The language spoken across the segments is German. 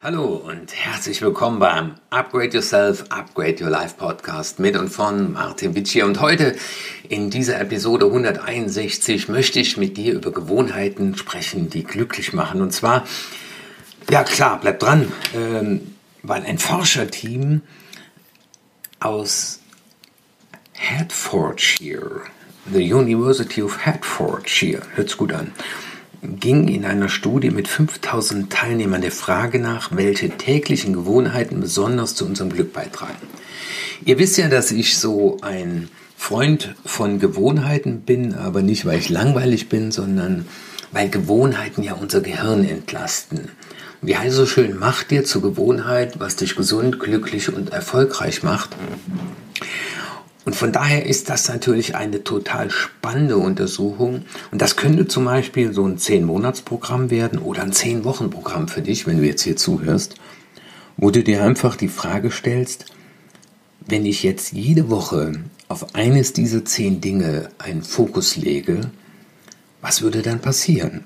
Hallo und herzlich willkommen beim Upgrade Yourself, Upgrade Your Life Podcast mit und von Martin Vici. Und heute in dieser Episode 161 möchte ich mit dir über Gewohnheiten sprechen, die glücklich machen. Und zwar, ja klar, bleib dran, weil ein Forscherteam aus Hertfordshire, the University of Hertfordshire, hört's gut an, ging in einer Studie mit 5000 Teilnehmern der Frage nach, welche täglichen Gewohnheiten besonders zu unserem Glück beitragen. Ihr wisst ja, dass ich so ein Freund von Gewohnheiten bin, aber nicht, weil ich langweilig bin, sondern weil Gewohnheiten ja unser Gehirn entlasten. Wie heißt so schön, mach dir zur Gewohnheit, was dich gesund, glücklich und erfolgreich macht. Und von daher ist das natürlich eine total spannende Untersuchung. Und das könnte zum Beispiel so ein 10-Monats-Programm werden oder ein 10-Wochen-Programm für dich, wenn du jetzt hier zuhörst, wo du dir einfach die Frage stellst, wenn ich jetzt jede Woche auf eines dieser 10 Dinge einen Fokus lege, was würde dann passieren?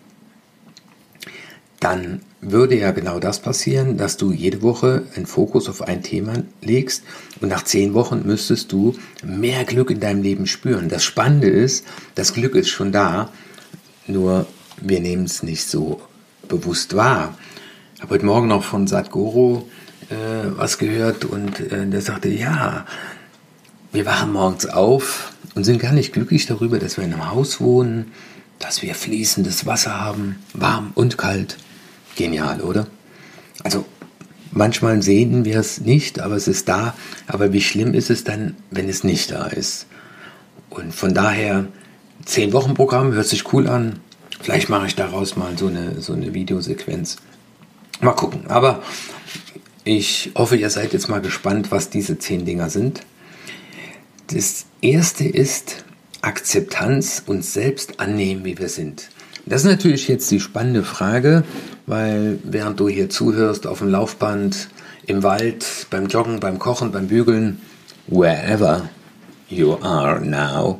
Dann würde ja genau das passieren, dass du jede Woche einen Fokus auf ein Thema legst und nach 10 Wochen müsstest du mehr Glück in deinem Leben spüren. Das Spannende ist, das Glück ist schon da, nur wir nehmen es nicht so bewusst wahr. Ich habe heute Morgen noch von Sadhguru was gehört und der sagte, ja, wir wachen morgens auf und sind gar nicht glücklich darüber, dass wir in einem Haus wohnen, dass wir fließendes Wasser haben, warm und kalt. Genial, oder? Also manchmal sehen wir es nicht, aber es ist da. Aber wie schlimm ist es dann, wenn es nicht da ist? Und von daher, 10-Wochen-Programm hört sich cool an. Vielleicht mache ich daraus mal so eine Videosequenz. Mal gucken. Aber ich hoffe, ihr seid jetzt mal gespannt, was diese 10 Dinger sind. Das erste ist Akzeptanz, uns selbst annehmen, wie wir sind. Das ist natürlich jetzt die spannende Frage, weil während du hier zuhörst, auf dem Laufband, im Wald, beim Joggen, beim Kochen, beim Bügeln, wherever you are now,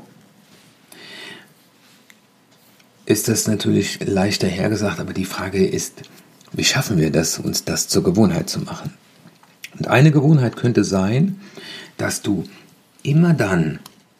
ist das natürlich leichter hergesagt, aber die Frage ist, wie schaffen wir das, uns das zur Gewohnheit zu machen? Und eine Gewohnheit könnte sein, dass du immer dann,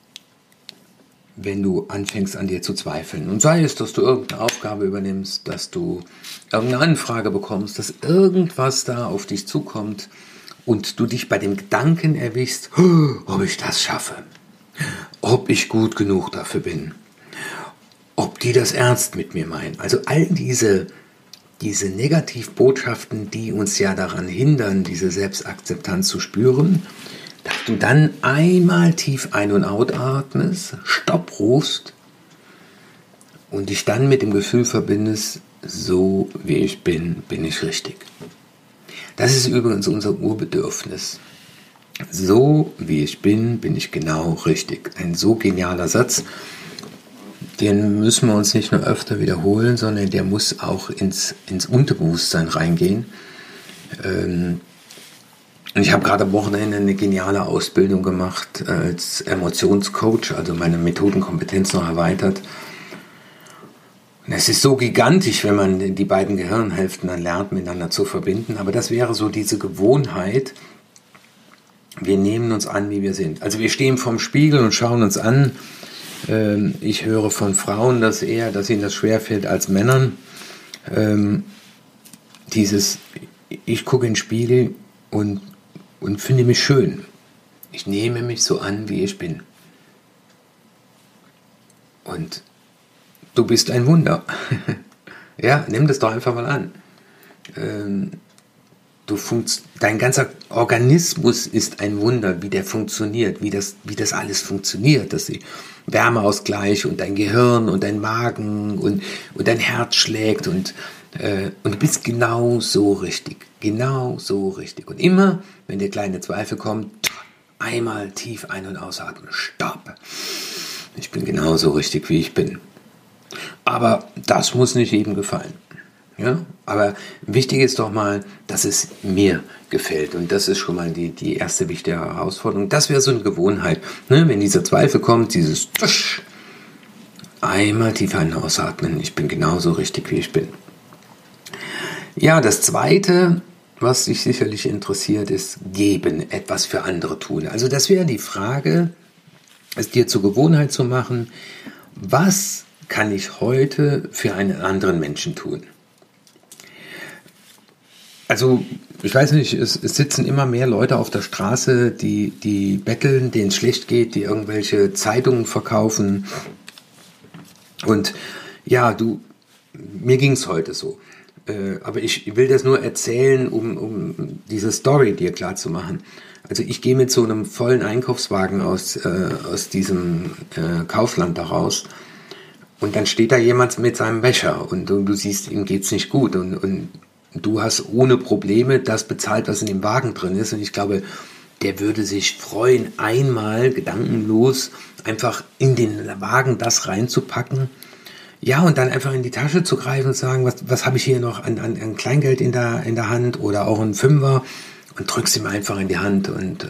wenn du anfängst an dir zu zweifeln. Und sei es, dass du irgendeine Aufgabe übernimmst, dass du irgendeine Anfrage bekommst, dass irgendwas da auf dich zukommt und du dich bei dem Gedanken erwischst, ob ich das schaffe, ob ich gut genug dafür bin, ob die das ernst mit mir meinen. Also all diese Negativbotschaften, die uns ja daran hindern, diese Selbstakzeptanz zu spüren, dass du dann einmal tief ein- und ausatmest, Stopp rufst und dich dann mit dem Gefühl verbindest, so wie ich bin, bin ich richtig. Das ist übrigens unser Urbedürfnis. So wie ich bin ich genau richtig. Ein so genialer Satz, den müssen wir uns nicht nur öfter wiederholen, sondern der muss auch ins Unterbewusstsein reingehen. Und ich habe gerade am Wochenende eine geniale Ausbildung gemacht als Emotionscoach, also meine Methodenkompetenz noch erweitert. Und es ist so gigantisch, wenn man die beiden Gehirnhälften dann lernt, miteinander zu verbinden. Aber das wäre so diese Gewohnheit, wir nehmen uns an, wie wir sind. Also wir stehen vorm Spiegel und schauen uns an. Ich höre von Frauen, dass ihnen das schwerfällt als Männern. Ich gucke in den Spiegel und finde mich schön. Ich nehme mich so an, wie ich bin. Und du bist ein Wunder. Ja, nimm das doch einfach mal an. Dein ganzer Organismus ist ein Wunder, wie der funktioniert, wie das alles funktioniert, dass die Wärmeausgleich und dein Gehirn und dein Magen und dein Herz schlägt und du bist genau so richtig. Genau so richtig. Und immer, wenn dir kleine Zweifel kommen, einmal tief ein- und ausatmen. Stopp. Ich bin genauso richtig, wie ich bin. Aber das muss nicht jedem gefallen. Ja? Aber wichtig ist doch mal, dass es mir gefällt. Und das ist schon mal die erste wichtige Herausforderung. Das wäre so eine Gewohnheit. Ne? Wenn dieser Zweifel kommt, dieses einmal tief ein- und ausatmen. Ich bin genauso richtig, wie ich bin. Ja, das Zweite, was dich sicherlich interessiert, ist geben, etwas für andere tun. Also das wäre die Frage, es dir zur Gewohnheit zu machen, was kann ich heute für einen anderen Menschen tun? Also ich weiß nicht, es sitzen immer mehr Leute auf der Straße, die betteln, denen es schlecht geht, die irgendwelche Zeitungen verkaufen. Und ja, mir ging es heute so. Aber ich will das nur erzählen, um diese Story dir klar zu machen. Also ich gehe mit so einem vollen Einkaufswagen aus diesem Kaufland da raus und dann steht da jemand mit seinem Becher und du siehst, ihm geht's nicht gut und du hast ohne Probleme das bezahlt, was in dem Wagen drin ist, und ich glaube, der würde sich freuen, einmal gedankenlos einfach in den Wagen das reinzupacken. Ja, und dann einfach in die Tasche zu greifen und sagen, was habe ich hier noch an Kleingeld in der Hand oder auch ein Fünfer, und drückst ihm einfach in die Hand und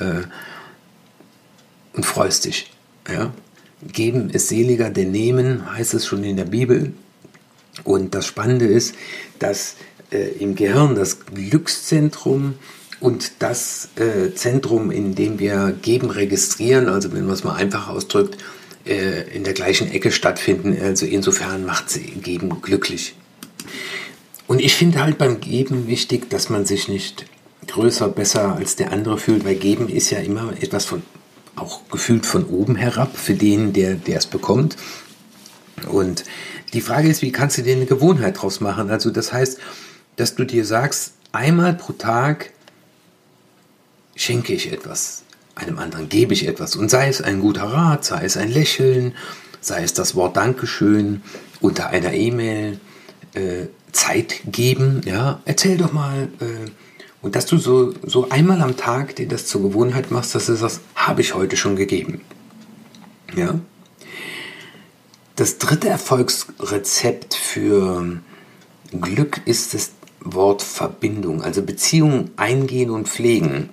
freust dich. Ja? Geben ist seliger denn nehmen, heißt es schon in der Bibel. Und das Spannende ist, dass im Gehirn das Glückszentrum und das Zentrum, in dem wir Geben registrieren, also wenn man es mal einfach ausdrückt, in der gleichen Ecke stattfinden. Also insofern macht Geben glücklich. Und ich finde halt beim Geben wichtig, dass man sich nicht größer, besser als der andere fühlt, weil Geben ist ja immer etwas auch gefühlt von oben herab für den, der es bekommt. Und die Frage ist, wie kannst du dir eine Gewohnheit draus machen? Also das heißt, dass du dir sagst, einmal pro Tag schenke ich etwas einem anderen, gebe ich etwas. Und sei es ein guter Rat, sei es ein Lächeln, sei es das Wort Dankeschön unter einer E-Mail, Zeit geben, ja, erzähl doch mal. Und dass du so einmal am Tag dir das zur Gewohnheit machst, dass du sagst, habe ich heute schon gegeben. Ja. Das dritte Erfolgsrezept für Glück ist das Wort Verbindung, also Beziehungen eingehen und pflegen.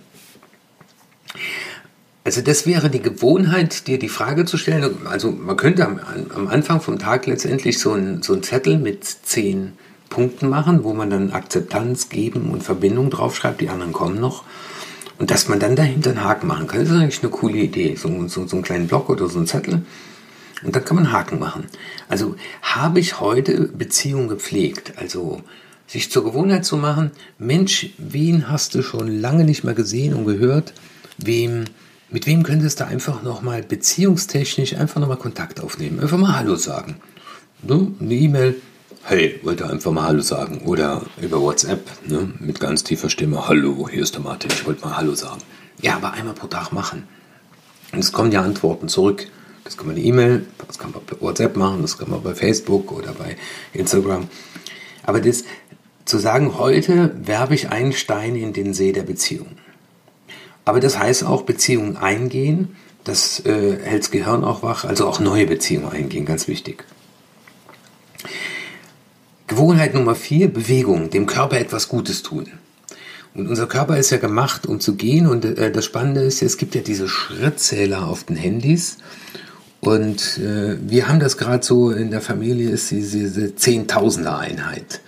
Also das wäre die Gewohnheit, dir die Frage zu stellen. Also man könnte am Anfang vom Tag letztendlich so einen Zettel mit 10 Punkten machen, wo man dann Akzeptanz, Geben und Verbindung draufschreibt, die anderen kommen noch. Und dass man dann dahinter einen Haken machen kann. Das ist eigentlich eine coole Idee, so einen kleinen Block oder so einen Zettel. Und dann kann man Haken machen. Also habe ich heute Beziehung gepflegt? Also sich zur Gewohnheit zu machen, Mensch, wen hast du schon lange nicht mehr gesehen und gehört? Mit wem könntest du einfach nochmal beziehungstechnisch einfach nochmal Kontakt aufnehmen? Einfach mal Hallo sagen. Ne? Eine E-Mail, hey, wollte einfach mal Hallo sagen. Oder über WhatsApp, ne? Mit ganz tiefer Stimme, hallo, hier ist der Martin, ich wollte mal Hallo sagen. Ja, aber einmal pro Tag machen. Und es kommen ja Antworten zurück. Das kann man eine E-Mail, das kann man bei WhatsApp machen, das kann man bei Facebook oder bei Instagram. Aber das zu sagen, heute werfe ich einen Stein in den See der Beziehung. Aber das heißt auch Beziehungen eingehen, das hält das Gehirn auch wach, also auch neue Beziehungen eingehen, ganz wichtig. Gewohnheit Nummer 4, Bewegung, dem Körper etwas Gutes tun. Und unser Körper ist ja gemacht, um zu gehen, und das Spannende ist, es gibt ja diese Schrittzähler auf den Handys, und wir haben das gerade so in der Familie, ist diese Zehntausender-Einheit.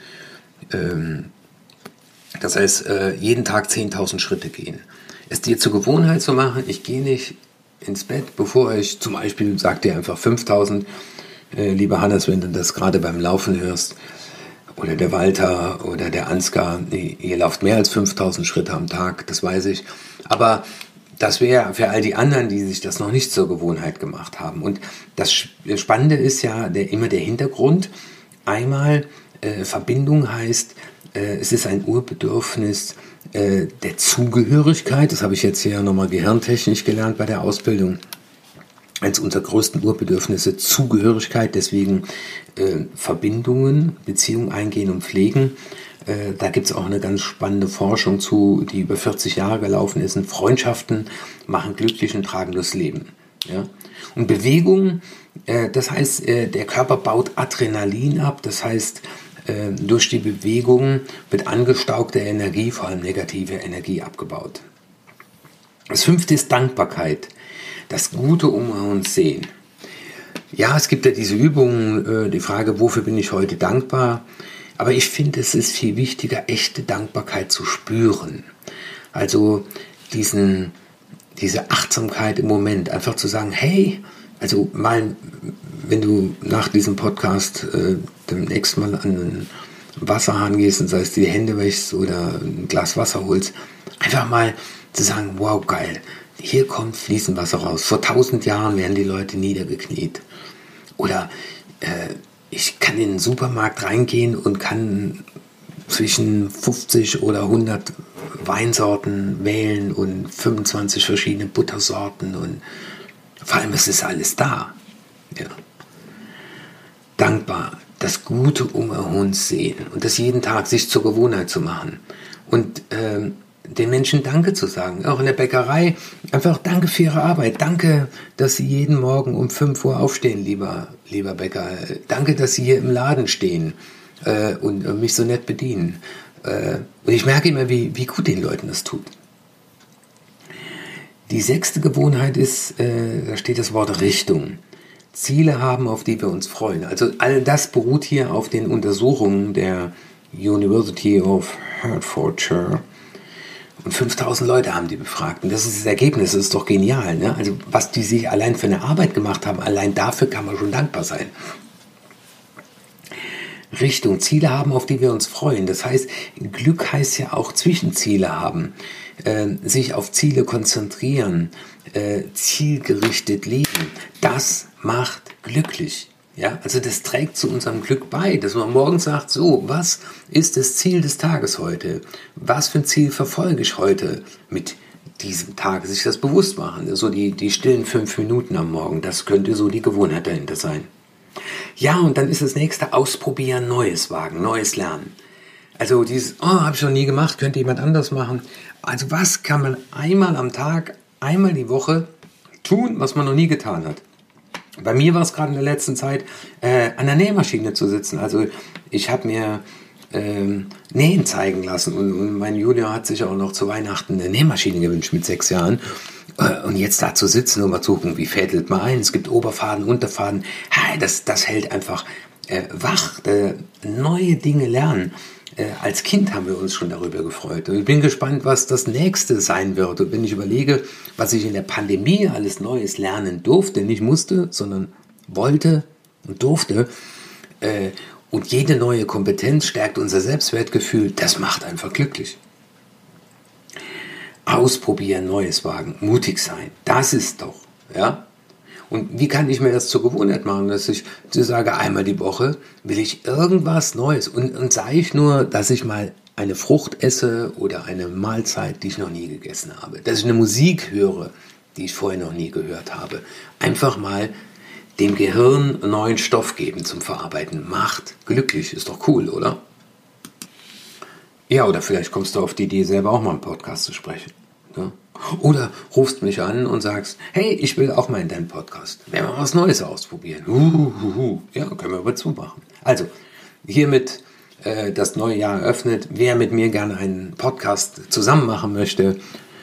Das heißt, jeden Tag 10.000 Schritte gehen. Es dir zur Gewohnheit zu machen, ich gehe nicht ins Bett, bevor ich zum Beispiel, sag dir einfach 5.000, lieber Hannes, wenn du das gerade beim Laufen hörst, oder der Walter oder der Ansgar, ihr lauft mehr als 5.000 Schritte am Tag, das weiß ich. Aber das wäre für all die anderen, die sich das noch nicht zur Gewohnheit gemacht haben. Und das Spannende ist ja immer der Hintergrund. Einmal, Verbindung heißt, es ist ein Urbedürfnis der Zugehörigkeit. Das habe ich jetzt hier nochmal gehirntechnisch gelernt bei der Ausbildung. Eines unserer größten Urbedürfnisse, Zugehörigkeit, deswegen Verbindungen, Beziehungen eingehen und pflegen. Da gibt es auch eine ganz spannende Forschung zu, die über 40 Jahre gelaufen ist. Und Freundschaften machen glücklich und tragen das Leben. Ja? Und Bewegung, das heißt, der Körper baut Adrenalin ab, das heißt, durch die Bewegung wird angestaugte Energie, vor allem negative Energie, abgebaut. Das 5. ist Dankbarkeit, das Gute um uns sehen. Ja, es gibt ja diese Übungen, die Frage, wofür bin ich heute dankbar? Aber ich finde, es ist viel wichtiger, echte Dankbarkeit zu spüren. Also diese Achtsamkeit im Moment, einfach zu sagen, hey, also mal, wenn du nach diesem Podcast demnächst mal an einen Wasserhahn gehst und sei es die Hände wäschst oder ein Glas Wasser holst, einfach mal zu sagen, wow, geil, hier kommt fließend Wasser raus. Vor 1000 Jahren wären die Leute niedergekniet. Oder ich kann in den Supermarkt reingehen und kann zwischen 50 oder 100 Weinsorten wählen und 25 verschiedene Buttersorten und vor allem es ist alles da. Ja. Dankbar, das Gute um uns sehen und das jeden Tag sich zur Gewohnheit zu machen und den Menschen Danke zu sagen, auch in der Bäckerei, einfach Danke für Ihre Arbeit, danke, dass Sie jeden Morgen um 5 Uhr aufstehen, lieber Bäcker, danke, dass Sie hier im Laden stehen und mich so nett bedienen. Und ich merke immer, wie gut den Leuten das tut. Die 6. Gewohnheit ist, da steht das Wort Richtung. Ziele haben, auf die wir uns freuen. Also all das beruht hier auf den Untersuchungen der University of Hertfordshire. Und 5000 Leute haben die befragt. Und das ist das Ergebnis, das ist doch genial. Ne? Also was die sich allein für eine Arbeit gemacht haben, allein dafür kann man schon dankbar sein. Richtung, Ziele haben, auf die wir uns freuen. Das heißt, Glück heißt ja auch Zwischenziele haben, sich auf Ziele konzentrieren, zielgerichtet leben. Das macht glücklich. Ja, also das trägt zu unserem Glück bei, dass man morgens sagt, so, was ist das Ziel des Tages heute? Was für ein Ziel verfolge ich heute mit diesem Tag? Sich das bewusst machen, so die stillen 5 Minuten am Morgen, das könnte so die Gewohnheit dahinter sein. Ja, und dann ist das nächste Ausprobieren, Neues wagen, Neues lernen. Also dieses, habe ich noch nie gemacht, könnte jemand anders machen. Also was kann man einmal am Tag, einmal die Woche tun, was man noch nie getan hat? Bei mir war es gerade in der letzten Zeit, an der Nähmaschine zu sitzen. Also ich habe mir Nähen zeigen lassen und mein Junior hat sich auch noch zu Weihnachten eine Nähmaschine gewünscht mit 6 Jahren. Und jetzt da zu sitzen und mal zu gucken, wie fädelt man ein. Es gibt Oberfaden, Unterfaden. Das hält einfach wach. Neue Dinge lernen. Als Kind haben wir uns schon darüber gefreut. Und ich bin gespannt, was das nächste sein wird. Und wenn ich überlege, was ich in der Pandemie alles Neues lernen durfte, nicht musste, sondern wollte und durfte, und jede neue Kompetenz stärkt unser Selbstwertgefühl, das macht einfach glücklich. Ausprobieren, Neues wagen, mutig sein, das ist doch, ja. Und wie kann ich mir das zur Gewohnheit machen, dass ich sage, einmal die Woche will ich irgendwas Neues und sei ich nur, dass ich mal eine Frucht esse oder eine Mahlzeit, die ich noch nie gegessen habe, dass ich eine Musik höre, die ich vorher noch nie gehört habe. Einfach mal dem Gehirn neuen Stoff geben zum Verarbeiten. Macht glücklich, ist doch cool, oder? Ja, oder vielleicht kommst du auf die Idee, selber auch mal einen Podcast zu sprechen. Ja? Oder rufst mich an und sagst, hey, ich will auch mal in deinen Podcast. Werden wir was Neues ausprobieren. Ja, können wir aber zumachen. Also, hiermit das neue Jahr eröffnet. Wer mit mir gerne einen Podcast zusammen machen möchte,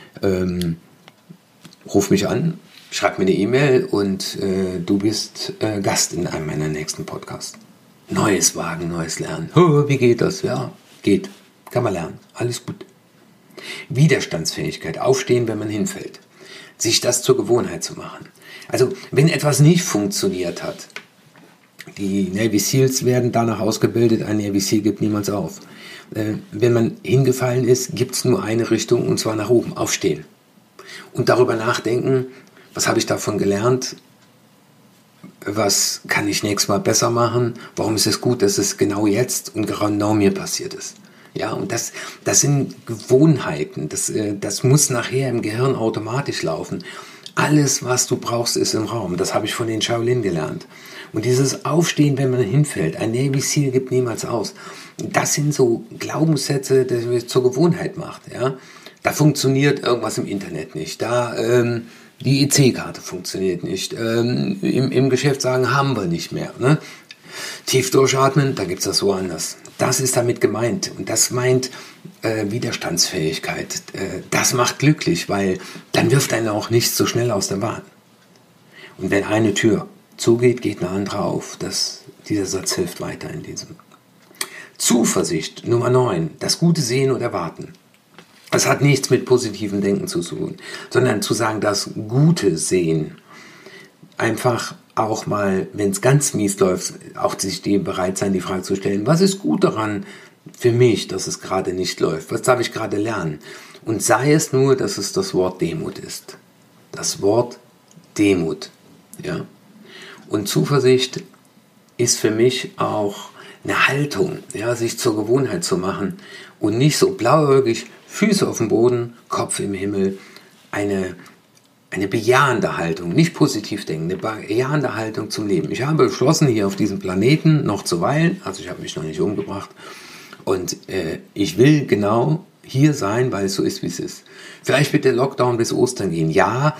ruf mich an, schreib mir eine E-Mail und du bist Gast in einem meiner nächsten Podcasts. Neues wagen, Neues lernen. Wie geht das? Ja, geht. Kann man lernen. Alles gut. Widerstandsfähigkeit, aufstehen, wenn man hinfällt. Sich das zur Gewohnheit zu machen. Also, wenn etwas nicht funktioniert hat, die Navy Seals werden danach ausgebildet, ein Navy Seal gibt niemals auf. Wenn man hingefallen ist, gibt es nur eine Richtung und zwar nach oben, aufstehen. Und darüber nachdenken, was habe ich davon gelernt, was kann ich nächstes Mal besser machen, warum ist es gut, dass es genau jetzt und genau mir passiert ist. Ja, und das sind Gewohnheiten, das muss nachher im Gehirn automatisch laufen. Alles, was du brauchst, ist im Raum. Das habe ich von den Shaolin gelernt. Und dieses Aufstehen, wenn man hinfällt, ein Navy Seal gibt niemals aus. Das sind so Glaubenssätze, die man zur Gewohnheit macht. Ja? Da funktioniert irgendwas im Internet nicht. Die EC-Karte funktioniert nicht. Im Geschäft sagen, haben wir nicht mehr. Ne? Tief durchatmen, da gibt es das woanders. Das ist damit gemeint. Und das meint Widerstandsfähigkeit. Das macht glücklich, weil dann wirft einen auch nichts so schnell aus der Bahn. Und wenn eine Tür zugeht, geht eine andere auf. Dieser Satz hilft weiter in diesem. Zuversicht, Nummer 9, das Gute sehen und erwarten. Das hat nichts mit positivem Denken zu tun, sondern zu sagen, das Gute sehen. Einfach auch mal, wenn es ganz mies läuft, auch sich dem bereit sein, die Frage zu stellen, was ist gut daran für mich, dass es gerade nicht läuft? Was darf ich gerade lernen? Und sei es nur, dass es das Wort Demut ist. Das Wort Demut. Ja? Und Zuversicht ist für mich auch eine Haltung, ja, sich zur Gewohnheit zu machen und nicht so blauäugig, Füße auf dem Boden, Kopf im Himmel, eine bejahende Haltung, nicht positiv denken, eine bejahende Haltung zum Leben. Ich habe beschlossen, hier auf diesem Planeten noch zu weilen, also ich habe mich noch nicht umgebracht und ich will genau hier sein, weil es so ist, wie es ist. Vielleicht wird der Lockdown bis Ostern gehen. Ja,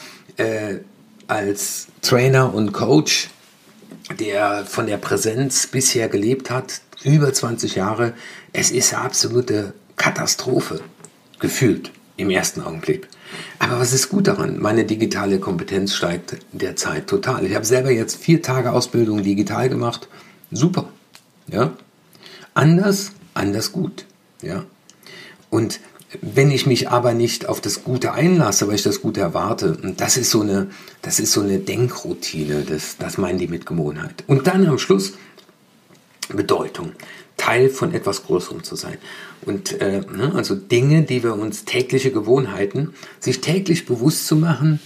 als Trainer und Coach, der von der Präsenz bisher gelebt hat, über 20 Jahre, es ist eine absolute Katastrophe, gefühlt im ersten Augenblick. Aber was ist gut daran? Meine digitale Kompetenz steigt derzeit total. Ich habe selber jetzt 4 Tage Ausbildung digital gemacht. Super. Ja? Anders gut. Ja? Und wenn ich mich aber nicht auf das Gute einlasse, weil ich das Gute erwarte, das ist so eine Denkroutine, das meinen die mit Gewohnheit. Und dann am Schluss Bedeutung, Teil von etwas Größerem zu sein. Und also Dinge, die wir uns, tägliche Gewohnheiten, sich täglich bewusst zu machen,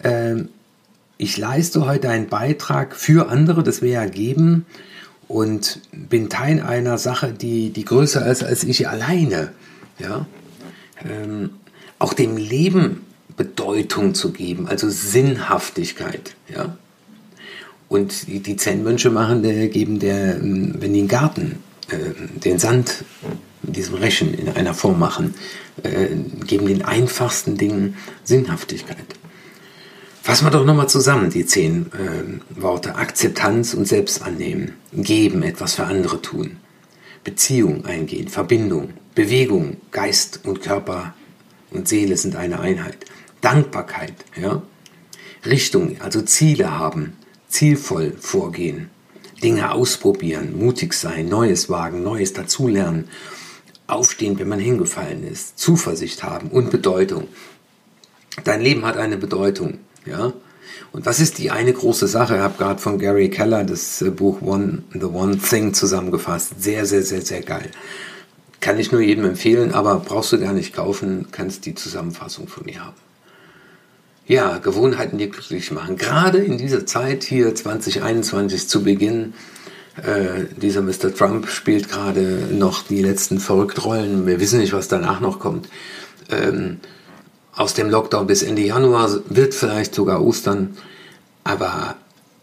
ich leiste heute einen Beitrag für andere, das wir ja geben, und bin Teil einer Sache, die größer ist als ich alleine. Ja? Auch dem Leben Bedeutung zu geben, also Sinnhaftigkeit. Ja? Und die Zen-Mönche geben wenn die einen Garten, den Sand mit diesem Rechen in einer Form machen, geben den einfachsten Dingen Sinnhaftigkeit. Fassen wir doch nochmal zusammen die 10 Worte. Akzeptanz und Selbstannehmen, geben, etwas für andere tun, Beziehung eingehen, Verbindung, Bewegung, Geist und Körper und Seele sind eine Einheit. Dankbarkeit, ja? Richtung, also Ziele haben, zielvoll vorgehen, Dinge ausprobieren, mutig sein, Neues wagen, Neues dazulernen, aufstehen, wenn man hingefallen ist, Zuversicht haben und Bedeutung. Dein Leben hat eine Bedeutung, ja? Und was ist die eine große Sache? Ich habe gerade von Gary Keller das Buch The One Thing zusammengefasst. Sehr, sehr, sehr, sehr geil. Kann ich nur jedem empfehlen, aber brauchst du gar nicht kaufen, kannst die Zusammenfassung von mir haben. Ja, Gewohnheiten, die glücklich machen. Gerade in dieser Zeit hier 2021 zu Beginn, dieser Mr. Trump spielt gerade noch die letzten Verrücktrollen. Wir wissen nicht, was danach noch kommt. Aus dem Lockdown bis Ende Januar wird vielleicht sogar Ostern, aber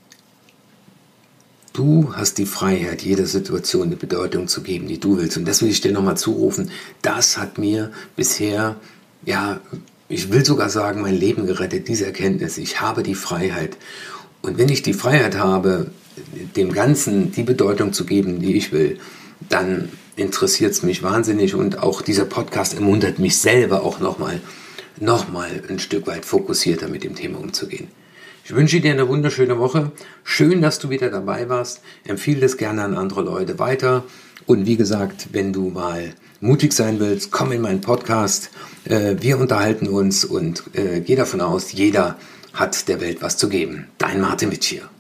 du hast die Freiheit, jeder Situation eine Bedeutung zu geben, die du willst. Und das will ich dir nochmal zurufen. Das hat mir bisher, ja, ich will sogar sagen, mein Leben gerettet, diese Erkenntnis. Ich habe die Freiheit. Und wenn ich die Freiheit habe, dem Ganzen die Bedeutung zu geben, die ich will, dann interessiert es mich wahnsinnig. Und auch dieser Podcast ermuntert mich selber auch nochmal ein Stück weit fokussierter mit dem Thema umzugehen. Ich wünsche dir eine wunderschöne Woche. Schön, dass du wieder dabei warst. Empfehle das gerne an andere Leute weiter. Und wie gesagt, wenn du mal mutig sein willst, komm in meinen Podcast. Wir unterhalten uns und geh davon aus, jeder hat der Welt was zu geben. Dein Martin Witsch hier.